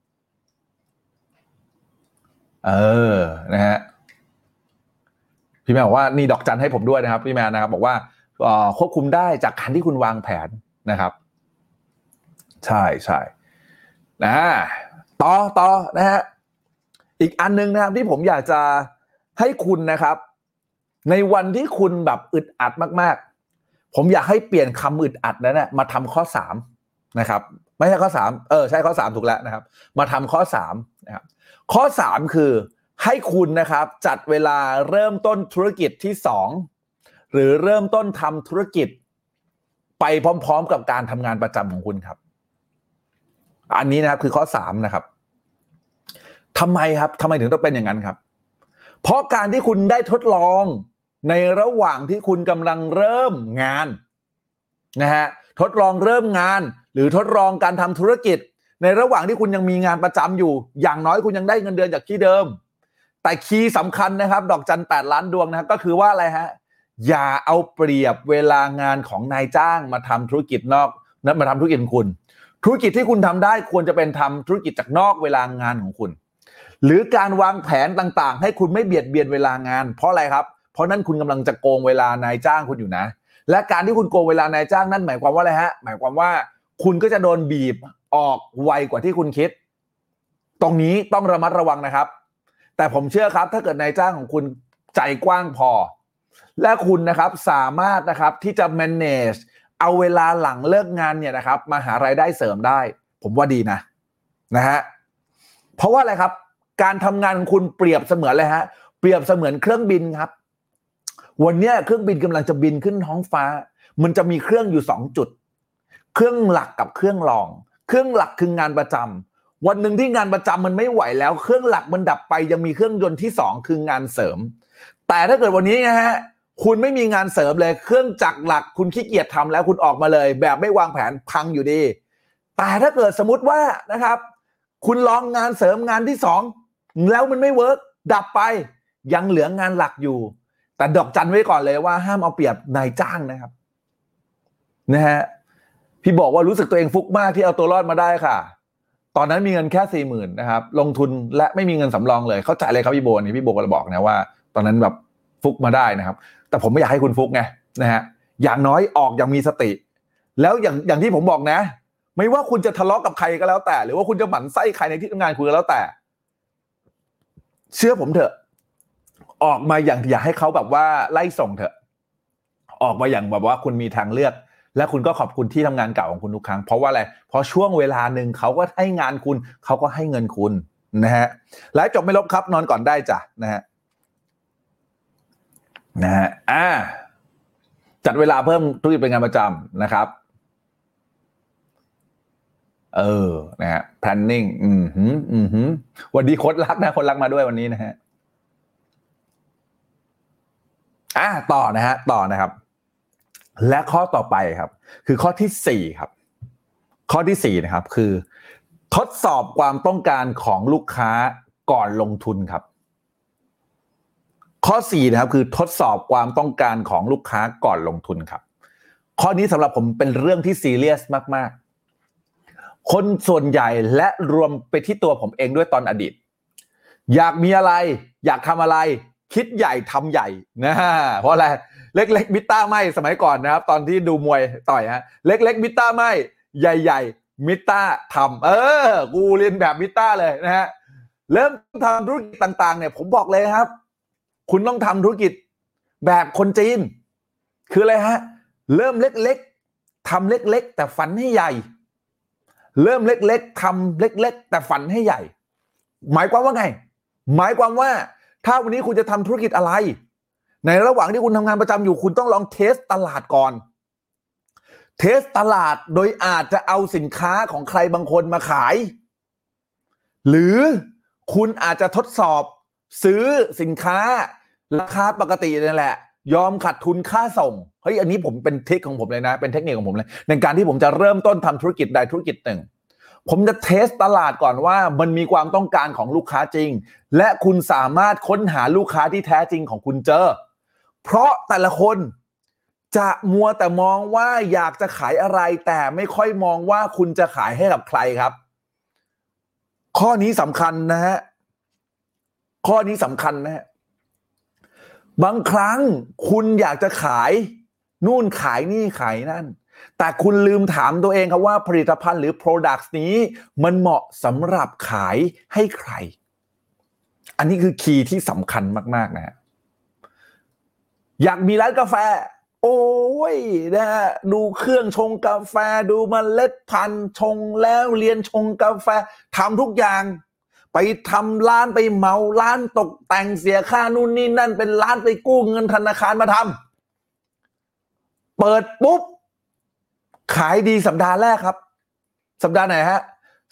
เออนะฮะพี่แมนบอกว่านี่ดอกจันให้ผมด้วยนะครับพี่แมนนะครับบอกว่าควบคุมได้จากการที่คุณวางแผนนะครับใช่ใช่นะต่อต่อนะฮะอีกอันนึงนะครับที่ผมอยากจะให้คุณนะครับในวันที่คุณแบบอึดอัดมากๆผมอยากให้เปลี่ยนคำอึดอัดนั้นนะมาทำข้อสามนะครับไม่ใช่ข้อสามเออใช่ข้อสามถูกแล้วนะครับมาทำข้อสามนะครับข้อสามคือให้คุณนะครับจัดเวลาเริ่มต้นธุรกิจที่สองหรือเริ่มต้นทำธุรกิจไปพร้อมๆกับการทำงานประจำของคุณครับอันนี้นะครับคือข้อสามนะครับทำไมครับทำไมถึงต้องเป็นอย่างนั้นครับเพราะการที่คุณได้ทดลองในระหว่างที่คุณกำลังเริ่มงานนะฮะทดลองเริ่มงานหรือทดลองการทำธุรกิจในระหว่างที่คุณยังมีงานประจำอยู่อย่างน้อยคุณยังได้เงินเดือนจากที่เดิมแต่คีย์สำคัญนะครับดอกจันแปดล้านดวงนะครับก็คือว่าอะไรฮะอย่าเอาเปรียบเวลางานของนายจ้างมาทำธุรกิจนอกนั้นมาทำธุรกิจของคุณธุรกิจที่คุณทำได้ควรจะเป็นทำธุรกิจจากนอกเวลางานของคุณหรือการวางแผนต่างๆให้คุณไม่เบียดเบียนเวลางานเพราะอะไรครับเพราะนั่นคุณกำลังจะโกงเวลานายจ้างคุณอยู่นะและการที่คุณโกงเวลานายจ้างนั่นหมายความว่าอะไรฮะหมายความว่าคุณก็จะโดนบีบออกไวกว่าที่คุณคิดตรงนี้ต้องระมัดระวังนะครับแต่ผมเชื่อครับถ้าเกิดนายจ้างของคุณใจกว้างพอและคุณนะครับสามารถนะครับที่จะ manage เอาเวลาหลังเลิกงานเนี่ยนะครับมาหารายได้เสริมได้ผมว่าดีนะนะฮะเพราะว่าอะไรครับการทำงานของคุณเปรียบเสมือนเลยฮะเปรียบเสมือนเครื่องบินครับวันนี้เครื่องบินกำลังจะบินขึ้นท้องฟ้ามันจะมีเครื่องอยู่สองจุดเครื่องหลักกับเครื่องรองเครื่องหลักคืองานประจำวันหนึ่งที่งานประจำมันไม่ไหวแล้วเครื่องหลักมันดับไปยังมีเครื่องยนต์ที่สองคืองานเสริมแต่ถ้าเกิดวันนี้นะฮะคุณไม่มีงานเสริมเลยเครื่องจักรหลักคุณขี้เกียจทำแล้วคุณออกมาเลยแบบไม่วางแผนพังอยู่ดีแต่ถ้าเกิดสมมติว่านะครับคุณลองงานเสริมงานที่สองแล้วมันไม่เวิร์กดับไปยังเหลืองานหลักอยู่แต่ดอกจันไว้ก่อนเลยว่าห้ามเอาเปรียบนายจ้างนะครับนะฮะพี่บอกว่ารู้สึกตัวเองฟุกมากที่เอาตัวรอดมาได้ค่ะตอนนั้นมีเงินแค่สี่หมื่นนะครับลงทุนและไม่มีเงินสำรองเลยเข้าใจเลยครับพี่โบนี่พี่โบก็บอกนะว่าตอนนั้นแบบฟุกมาได้นะครับแต่ผมไม่อยากให้คุณฟุกไงนะฮะอย่างน้อยออกอย่างมีสติแล้วอย่างอย่างที่ผมบอกนะไม่ว่าคุณจะทะเลาะกับใครก็แล้วแต่หรือว่าคุณจะหมั่นไส้ใครในที่ทำงานคุณก็แล้วแต่เชื่อผมเถอะออกมาอย่างอย่าให้เขาแบบว่าไล่ส่งเถอะออกมาอย่างแบบว่าคุณมีทางเลือกและคุณก็ขอบคุณที่ทำงานเก่าของคุณทุกครั้งเพราะว่าอะไรเพราะช่วงเวลาหนึ่งเขาก็ให้งานคุณเขาก็ให้เงินคุณนะฮะไลฟ์จบไม่ลบครับนอนก่อนได้จ้ะนะฮะนะฮะอ่าจัดเวลาเพิ่มธุรกิจเป็นงานประจำนะครับเออนะฮะ planning อืมหืมอืมหืมวันดีโค้ดรักนะคนรักมาด้วยวันนี้นะฮะอ่าต่อนะฮะต่อนะครับและข้อต่อไปครับคือข้อที่สี่ครับข้อที่สี่นะครับคือทดสอบความต้องการของลูกค้าก่อนลงทุนครับข้อสี่นะครับคือทดสอบความต้องการของลูกค้าก่อนลงทุนครับข้อนี้สำหรับผมเป็นเรื่องที่ซีเรียสมากๆคนส่วนใหญ่และรวมไปที่ตัวผมเองด้วยตอนอดีตอยากมีอะไรอยากทำอะไรคิดใหญ่ทำใหญ่นะเพราะอะไรเล็กๆมิต้าไม่สมัยก่อนนะครับตอนที่ดูมวยต่อยฮะเล็กๆมิต้าไม่ใหญ่ๆมิต้าทำเออกูเรียนแบบมิต้าเลยนะฮะเริ่มทำธุรกิจต่างๆเนี่ยผมบอกเลยครับคุณต้องทำธุรกิจแบบคนจีนคืออะไรฮะเริ่มเล็กๆทำเล็กๆแต่ฝันให้ใหญ่เริ่มเล็กๆทำเล็กๆแต่ฝันให้ใหญ่หมายความว่าไงหมายความว่าถ้าวันนี้คุณจะทำธุรกิจอะไรในระหว่างที่คุณทำงานประจำอยู่คุณต้องลองเทสตลาดก่อนเทสตลาดโดยอาจจะเอาสินค้าของใครบางคนมาขายหรือคุณอาจจะทดสอบซื้อสินค้าราคาปกตินั่นแหละยอมขาดทุนค่าส่งเฮ้ยอันนี้ผมเป็นเทคของผมเลยนะเป็นเทคนิคของผมเลยในการที่ผมจะเริ่มต้นทำธุรกิจใดธุรกิจหนึ่งผมจะเทสตลาดก่อนว่ามันมีความต้องการของลูกค้าจริงและคุณสามารถค้นหาลูกค้าที่แท้จริงของคุณเจอเพราะแต่ละคนจะมัวแต่มองว่าอยากจะขายอะไรแต่ไม่ค่อยมองว่าคุณจะขายให้กับใครครับข้อนี้สำคัญนะฮะข้อนี้สำคัญนะฮะบางครั้งคุณอยากจะขายนู่นขายนี่ขายนั่นแต่คุณลืมถามตัวเองครับว่าผลิตภัณฑ์หรือ products นี้มันเหมาะสำหรับขายให้ใครอันนี้คือคีย์ที่สำคัญมากๆนะฮะอยากมีร้านกาแฟโอ้ยนะฮะดูเครื่องชงกาแฟดูเมล็ดพันธุ์ชงแล้วเรียนชงกาแฟทำทุกอย่างไปทำร้านไปเหมาร้านตกแต่งเสียค่านู่นนี่นั่นเป็นร้านไปกู้เงินธนาคารมาทำเปิดปุ๊บขายดีสัปดาห์แรกครับสัปดาห์ไหนฮะ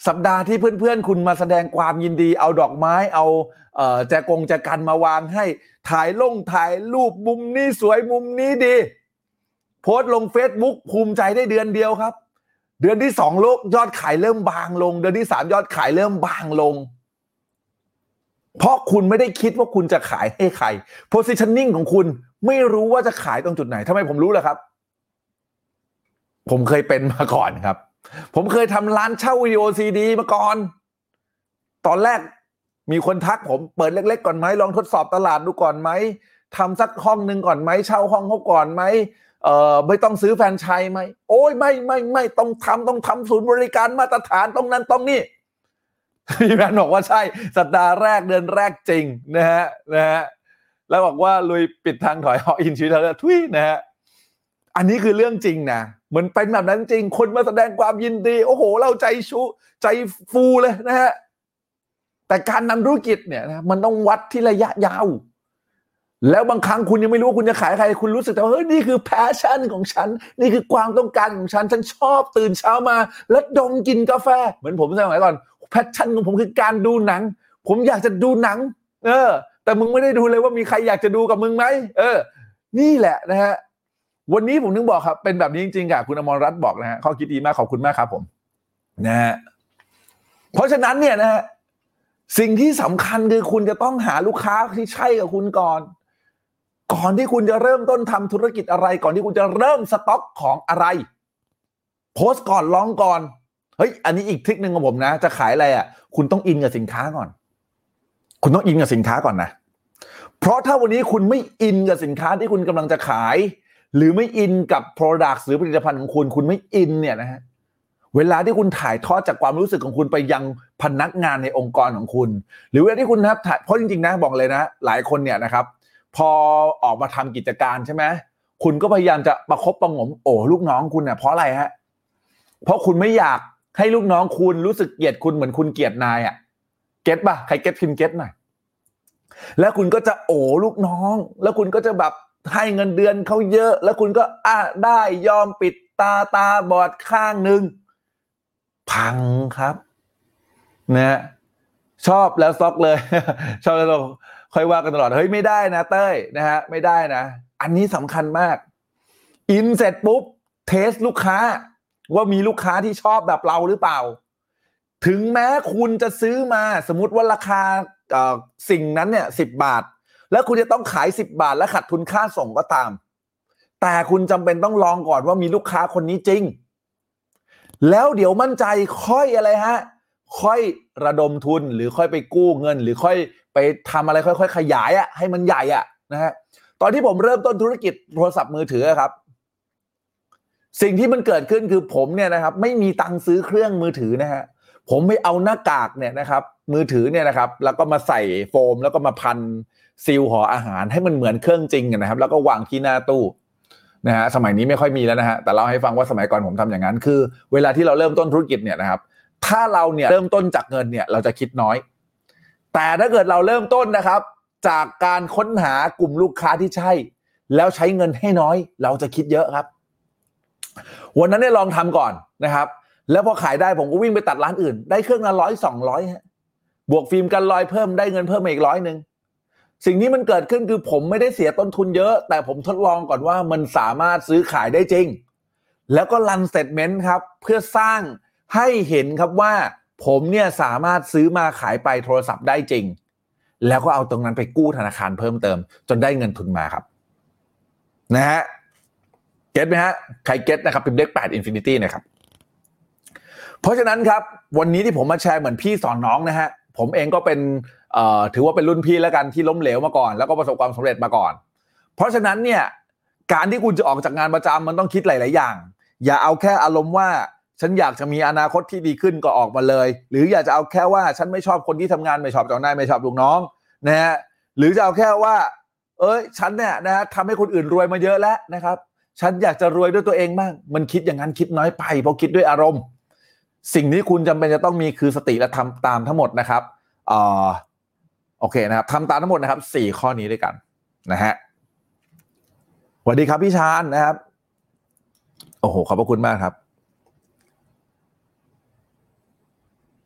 สัปดาห์ที่เพื่อนๆคุณมาแสดงความยินดีเอาดอกไม้เอาเอ่อแจกงแจกันมาวางให้ถ่ายลงถ่ายรูปมุมนี้สวยมุมนี้ดีโพสต์ลง Facebook ภูมิใจได้เดือนเดียวครับเดือนที่สองโลกยอดขายเริ่มบางลงเดือนที่สามยอดขายเริ่มบางลงเพราะคุณไม่ได้คิดว่าคุณจะขายให้ใคร positioning ของคุณไม่รู้ว่าจะขายตรงจุดไหนทำไมผมรู้ล่ะครับผมเคยเป็นมาก่อนครับผมเคยทำร้านเช่าวิดีโอซีดีมาก่อนตอนแรกมีคนทักผมเปิดเล็กๆก่อนไหมลองทดสอบตลาดดูก่อนไหมทำสักห้องนึงก่อนไหมเช่าห้องเขาก่อนไหมเอ่อไม่ต้องซื้อแฟรนไชส์ไหมโอ้ยไม่ไม่ไม่ต้องทำต้องทำศูนย์บริการมาตรฐานตรงนั้นตรงนี้พี่แมนบอกว่าใช่สัปดาห์แรกเดือนแรกจริงนะฮะนะฮะแล้วบอกว่าลุยปิดทางถอยหออินชีวิตแล้วทุยนะฮะอันนี้คือเรื่องจริงนะเหมือนเป็นแบบนั้นจริงคนมาแสดงความยินดีโอ้โหเราใจชูใจฟูเลยนะฮะแต่การนำธุรกิจเนี่ยนะมันต้องวัดที่ระยะยาวแล้วบางครั้งคุณยังไม่รู้ว่าคุณจะขายใครคุณรู้สึกแต่ว่าเฮ้ยนี่คือแพชชั่นของฉันนี่คือความต้องการของฉันฉันชอบตื่นเช้ามาแล้วดมกินกาแฟเหมือนผมสมัยก่อนแพชชั่นของผมคือการดูหนังผมอยากจะดูหนังเออแต่มึงไม่ได้ดูเลยว่ามีใครอยากจะดูกับมึงไหมเออนี่แหละนะฮะวันนี้ผมนึกบอกครับเป็นแบบนี้จริงๆค่ะคุณอมรรัตน์บอกนะฮะข้อคิดดีมากขอบคุณมากครับผมนะฮะเพราะฉะนั้นเนี่ยนะฮะสิ่งที่สำคัญคือคุณจะต้องหาลูกค้าที่ใช่กับคุณก่อนก่อนที่คุณจะเริ่มต้นทำธุรกิจอะไรก่อนที่คุณจะเริ่มสต็อกของอะไรโพสต์ก่อนลองก่อนเฮ้ยอันนี้อีกทริคนึงของผมนะจะขายอะไรอ่ะคุณต้องอินกับสินค้าก่อนคุณต้องอินกับสินค้าก่อนนะเพราะถ้าวันนี้คุณไม่อินกับสินค้าที่คุณกำลังจะขายหรือไม่อินกับ product หรือผลิตภัณฑ์ของคุณคุณไม่อินเนี่ยนะฮะเวลาที่คุณถ่ายทอดจากความรู้สึกของคุณไปยังพนักงานในองค์กรของคุณหรือเวลาที่คุณนะครับเพราะจริงๆนะบอกเลยนะหลายคนเนี่ยนะครับพอออกมาทำกิจการใช่ไหมคุณก็พยายามจะประคบประหงมโอ้ลูกน้องคุณเนี่ยเพราะอะไรฮะเพราะคุณไม่อยากให้ลูกน้องคุณรู้สึกเกลียดคุณเหมือนคุณเกลียดนายอ่ะเก็ตป่ะใครเก็ตพิมพ์เก็ตหน่อยแล้วคุณก็จะโอ้ลูกน้องแล้วคุณก็จะแบบให้เงินเดือนเขาเยอะแล้วคุณก็อ่ะได้ยอมปิดตาตาบอดข้างนึงพังครับนะชอบแล้วซอกเลยชอบแล้วเราค่อยว่ากันตลอดเฮ้ยไม่ได้นะเต้ยนะฮะไม่ได้นะอันนี้สำคัญมากอินเสร็จปุ๊บเทสลูกค้าว่ามีลูกค้าที่ชอบแบบเราหรือเปล่าถึงแม้คุณจะซื้อมาสมมุติว่าราคาเอ่อสิ่งนั้นเนี่ยสิบบาทแล้วคุณจะต้องขายสิบบาทและขาดทุนค่าส่งก็ตามแต่คุณจำเป็นต้องลองก่อนว่ามีลูกค้าคนนี้จริงแล้วเดี๋ยวมั่นใจค่อยอะไรฮะค่อยระดมทุนหรือค่อยไปกู้เงินหรือค่อยไปทำอะไรค่อยๆขยายอ่ะให้มันใหญ่อ่ะนะฮะตอนที่ผมเริ่มต้นธุรกิจโทรศัพท์มือถือครับสิ่งที่มันเกิดขึ้นคือผมเนี่ยนะครับไม่มีตังค์ซื้อเครื่องมือถือนะฮะผมไปเอาหน้ากากเนี่ยนะครับมือถือเนี่ยนะครับแล้วก็มาใส่โฟมแล้วก็มาพันซีลห่ออาหารให้มันเหมือนเครื่องจริงนะครับแล้วก็วางที่หน้าตู้นะฮะสมัยนี้ไม่ค่อยมีแล้วนะฮะแต่เล่าให้ฟังว่าสมัยก่อนผมทำอย่างนั้นคือเวลาที่เราเริ่มต้นธุรกิจเนี่ยนะครับถ้าเราเนี่ยเริ่มต้นจากเงินเนี่ยเราจะคิดน้อยแต่ถ้าเกิดเราเริ่มต้นนะครับจากการค้นหากลุ่มลูกค้าที่ใช่แล้วใช้เงินให้น้อยเราจะคิดเยอะครับวันนั้นเนี่ยลองทำก่อนนะครับแล้วพอขายได้ผมก็วิ่งไปตัดร้านอื่นได้เครื่องละร้อยสองร้อยฮะบวกฟิล์มกันรอยเพิ่มได้เงินเพิ่มมาอีกร้อยนึงสิ่งนี้มันเกิดขึ้นคือผมไม่ได้เสียต้นทุนเยอะแต่ผมทดลองก่อนว่ามันสามารถซื้อขายได้จริงแล้วก็รันสเตทเมนต์ครับเพื่อสร้างให้เห็นครับว่าผมเนี่ยสามารถซื้อมาขายไปโทรศัพท์ได้จริงแล้วก็เอาตรงนั้นไปกู้ธนาคารเพิ่มเติมจนได้เงินทุนมาครับนะฮะเก็ตไหมฮะใครเก็ตนะครับเป็นเลขแปด Infinity นะครับเพราะฉะนั้นครับวันนี้ที่ผมมาแชร์เหมือนพี่สอนน้องนะฮะผมเองก็เป็นเอ่อถือว่าเป็นรุ่นพี่แล้วกันที่ล้มเหลวมาก่อนแล้วก็ประสบความสำเร็จมาก่อนเพราะฉะนั้นเนี่ยการที่คุณจะออกจากงานประจำมันต้องคิดหลายๆอย่างอย่าเอาแค่อารมณ์ว่าฉันอยากจะมีอนาคตที่ดีขึ้นก็ออกมาเลยหรืออยากจะเอาแค่ว่าฉันไม่ชอบคนที่ทำงานไม่ชอบเจ้านายไม่ชอบลูกน้องนะฮะหรือจะเอาแค่ว่าเอ้ยฉันเนี่ยนะทำให้คนอื่นรวยมาเยอะแล้วนะครับฉันอยากจะรวยด้วยตัวเองบ้างมันคิดอย่างนั้นคิดน้อยไปเพราะคิดด้วยอารมณ์สิ่งที่คุณจำเป็นจะต้องมีคือสติและทำตามทั้งหมดนะครับอ่าโอเคนะครับทำตามทั้งหมดนะครับสี่ข้อนี้ด้วยกันนะฮะสวัสดีครับพี่ชาญนะครับโอ้โหขอบพระคุณมากครับ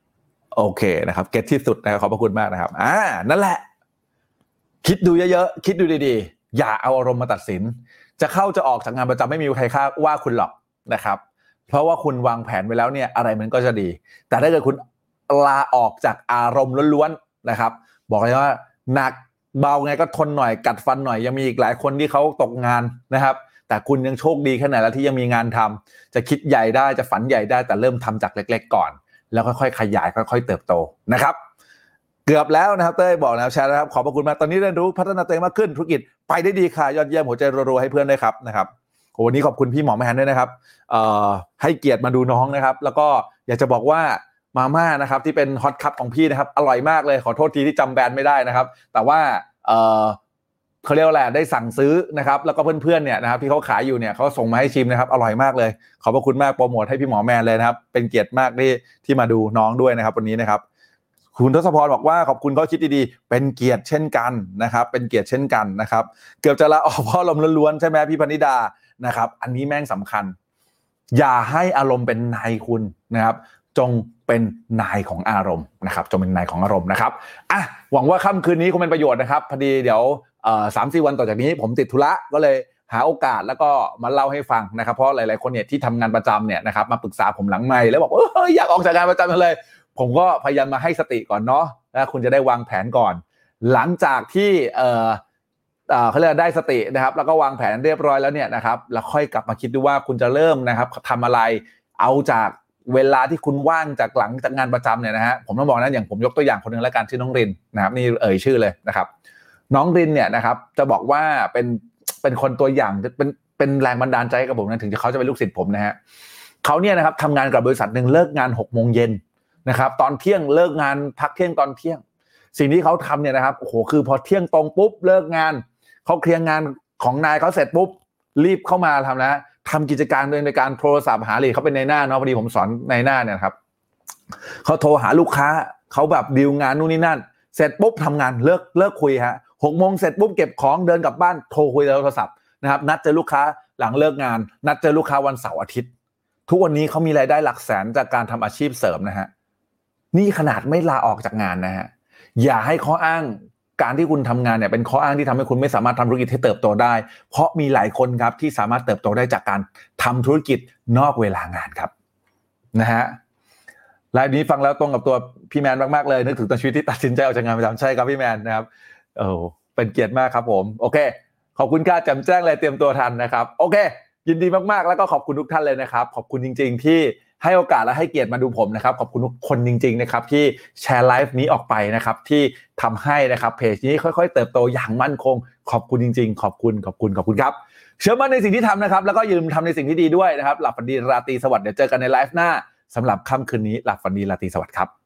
โอเคนะครับเก็ตที่สุดนะครับขอบพระคุณมากนะครับอ่านั่นแหละคิดดูเยอะๆคิดดูดีๆอย่าเอาอารมณ์มาตัดสินจะเข้าจะออกจากงานประจำไม่มีใครค่าว่าคุณหรอกนะครับเพราะว่าคุณวางแผนไว้แล้วเนี่ยอะไรมันก็จะดีแต่ถ้าเกิดคุณลาออกจากอารมณ์ล้วนๆนะครับบอกเลยว่าหนักเบาไงก็ทนหน่อยกัดฟันหน่อยยังมีอีกหลายคนที่เขาตกงานนะครับแต่คุณยังโชคดีแค่ไหนแล้วที่ยังมีงานทำจะคิดใหญ่ได้จะฝันใหญ่ได้แต่เริ่มทำจากเล็กๆก่อนแล้วค่อยๆขยายค่อยๆเติบโตนะครับเกือบแล้วนะครับเต้ยบอกนะครับแชร์นะครับขอบพระคุณมากตอนนี้เรียนรู้พัฒนาตัวเองมากขึ้นธุรกิจไปได้ดีค่ะยอดเยี่ยมหัวใจรัวๆให้เพื่อนด้วยครับนะครับวันนี้ขอบคุณพี่หมอแมนด้วยนะครับเอ่อให้เกียรติมาดูน้องนะครับแล้วก็อยากจะบอกว่ามาม่านะครับที่เป็นฮอตคัพของพี่นะครับอร่อยมากเลยขอโทษทีที่จำแบรนด์ไม่ได้นะครับแต่ว่าเอ่อเขาเรียกว่าอะไรได้สั่งซื้อนะครับแล้วก็เพื่อนๆเนี่ยนะครับที่เขาขายอยู่เนี่ยเขาส่งมาให้ชิมนะครับอร่อยมากเลยขอบพระคุณมากโปรโมทให้พี่หมอแมนเลยนะครับเป็นเกียรติมากที่ที่มาดูน้องด้วยนะครับวันนี้นะครับคุณทศพรบอกว่าขอบคุณข้อคิดดีๆเป็นเกียรติเช่นกันนะครับเป็นเกียรติเช่นกันนะครับเกือบจะลาออกเพราะลมล้วนๆใช่ไหมพี่พนิดานะครับอันนี้แม่งสำคัญอย่าให้อารมณ์เป็นนายคุณนะครับจงเป็นนายของอารมณ์นะครับจงเป็นนายของอารมณ์นะครับอ่ะหวังว่าค่ำคืนนี้คงเป็นประโยชน์นะครับพอดีเดี๋ยวเอ่อ สามสี่ วันต่อจากนี้ผมติดธุระก็เลยหาโอกาสแล้วก็มาเล่าให้ฟังนะครับเพราะหลายๆคนเนี่ยที่ทำงานประจำเนี่ยนะครับมาปรึกษาผมหลังไมค์แล้วบอกเอออยากออกจากงานประจำเลยผมก็พยายามมาให้สติก่อนเนาะแล้วคุณจะได้วางแผนก่อนหลังจากที่เอ่อเอ่อเขาเรียกได้สตินะครับแล้วก็วางแผนเรียบร้อยแล้วเนี่ยนะครับแล้วค่อยกลับมาคิดดูว่าคุณจะเริ่มนะครับทำอะไรเอาจากเวลาที่คุณว่างจากหลังจากงานประจำเนี่ยนะฮะผมต้องบอกนะอย่างผมยกตัวอย่างคนนึงแล้วกันชื่อน้องรินนะครับนี่เอ่ยชื่อเลยนะครับน้องรินเนี่ยนะครับจะบอกว่าเป็นเป็นคนตัวอย่างเป็นเป็นแรงบันดาลใจให้กับผมนะถึงจะเขาจะเป็นลูกศิษย์ผมนะฮะเขาเนี่ยนะครับทำงานกับบริษัทนึงเลิกงานหกโมงเย็นนะครับตอนเที่ยงเลิกงานพักเที่ยงตอนเที่ยงสิ่งที่เขาทำเนี่ยนะครับโอ้โหคือพอเที่ยงตรงปุ๊บเลิกงานเขาเคลียร์งานของนายเขาเสร็จปุ๊บรีบเข้ามาทำนะทำกิจการโดยในการโทรศัพท์หาลีดเขาเป็นในหน้าเนาะพอดีผมสอนในหน้าเนี่ยครับเขาโทรหาลูกค้าเขาแบบดีลงานนู่นนี่นั่นเสร็จปุ๊บทำงานเลิกเลิกคุยฮะหกโมงเสร็จปุ๊บเก็บของเดินกลับบ้านโทรคุยโทรศัพท์นะครับนัดเจอลูกค้าหลังเลิกงานนัดเจอลูกค้าวันเสาร์อาทิตย์ทุกวันนี้เขามีรายได้หลักแสนจากการทำอาชีพเสริมนะฮะนี่ขนาดไม่ลาออกจากงานนะฮะอย่าให้ข้ออ้างการที่คุณทำงานเนี่ยเป็นข้ออ้างที่ทำให้คุณไม่สามารถทำธุรกิจให้เติบโตได้เพราะมีหลายคนครับที่สามารถเติบโตได้จากการทำธุรกิจนอกเวลางานครับนะฮะรายนี้ฟังแล้วตรงกับตัวพี่แมนมากๆเลยนึกถึงตอนชีวิตที่ตัดสินใจออกจากงานประจำใช่ครับพี่แมนนะครับเออเป็นเกียรติมากครับผมโอเคขอบคุณค่ะแจ่มแจ้งเลยเตรียมตัวทันนะครับโอเคยินดีมากๆแล้วก็ขอบคุณทุกท่านเลยนะครับขอบคุณจริงๆที่ให้โอกาสและให้เกียรติมาดูผมนะครับขอบคุณทุกคนจริงๆนะครับที่แชร์ไลฟ์นี้ออกไปนะครับที่ทำให้นะครับเพจนี้ค่อยๆเติบโตอย่างมั่นคงขอบคุณจริงๆขอบคุณขอบคุณขอบคุณครับเชื่อมั่นในสิ่งที่ทำนะครับแล้วก็อย่าลืมทำในสิ่งที่ดีด้วยนะครับหลับฝันดีราตรีสวัสดิ์เดี๋ยวเจอกันในไลฟ์หน้าสำหรับค่ำคืนนี้หลับฝันดีราตรีสวัสดิ์ครับ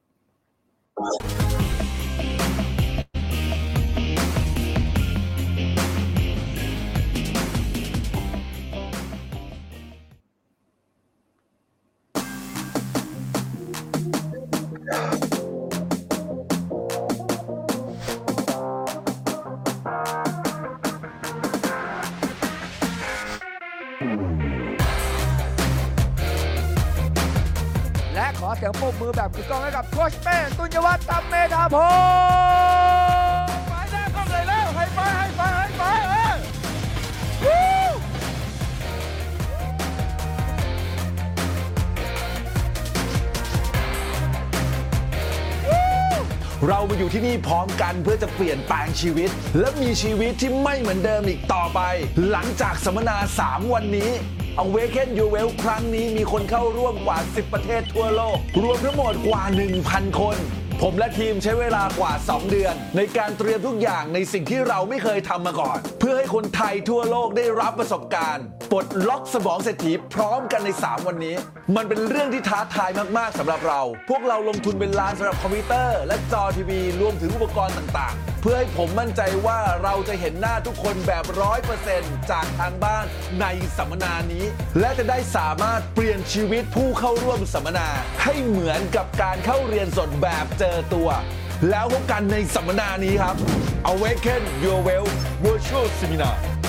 และขอเสียงปรบมือแบบกึกก้องให้กับโค้ชเป้ตุลยวัฒน์ตัมเมธาพงศ์ไปหน้าเข้าเลยแล้วให้ไปให้ไปให้ไปเออวู้เรามาอยู่ที่นี่พร้อมกันเพื่อจะเปลี่ยนแปลงชีวิตและมีชีวิตที่ไม่เหมือนเดิมอีกต่อไปหลังจากสัมมนาสามวันนี้ Awaken Your Wealth ครั้งนี้มีคนเข้าร่วมกว่าสิบประเทศทั่วโลกรวมทั้งหมดกว่า หนึ่งพัน คนผมและทีมใช้เวลากว่าสองเดือนในการเตรียมทุกอย่างในสิ่งที่เราไม่เคยทำมาก่อนเพื่อให้คนไทยทั่วโลกได้รับประสบการณ์ปลดล็อกสมองเศรษฐีพร้อมกันในสามวันนี้มันเป็นเรื่องที่ท้าทายมากๆสำหรับเราพวกเราลงทุนเป็นล้านสำหรับคอมพิวเตอร์และจอทีวีรวมถึงอุปกรณ์ต่างๆเพื่อให้ผมมั่นใจว่าเราจะเห็นหน้าทุกคนแบบ ร้อยเปอร์เซ็นต์ จากทางบ้านในสัมมนานี้และจะได้สามารถเปลี่ยนชีวิตผู้เข้าร่วมสัมมนาให้เหมือนกับการเข้าเรียนสดแบบเจอตัวแล้วพบกันในสัมมนานี้ครับ Awaken Your Wealth Virtual Seminar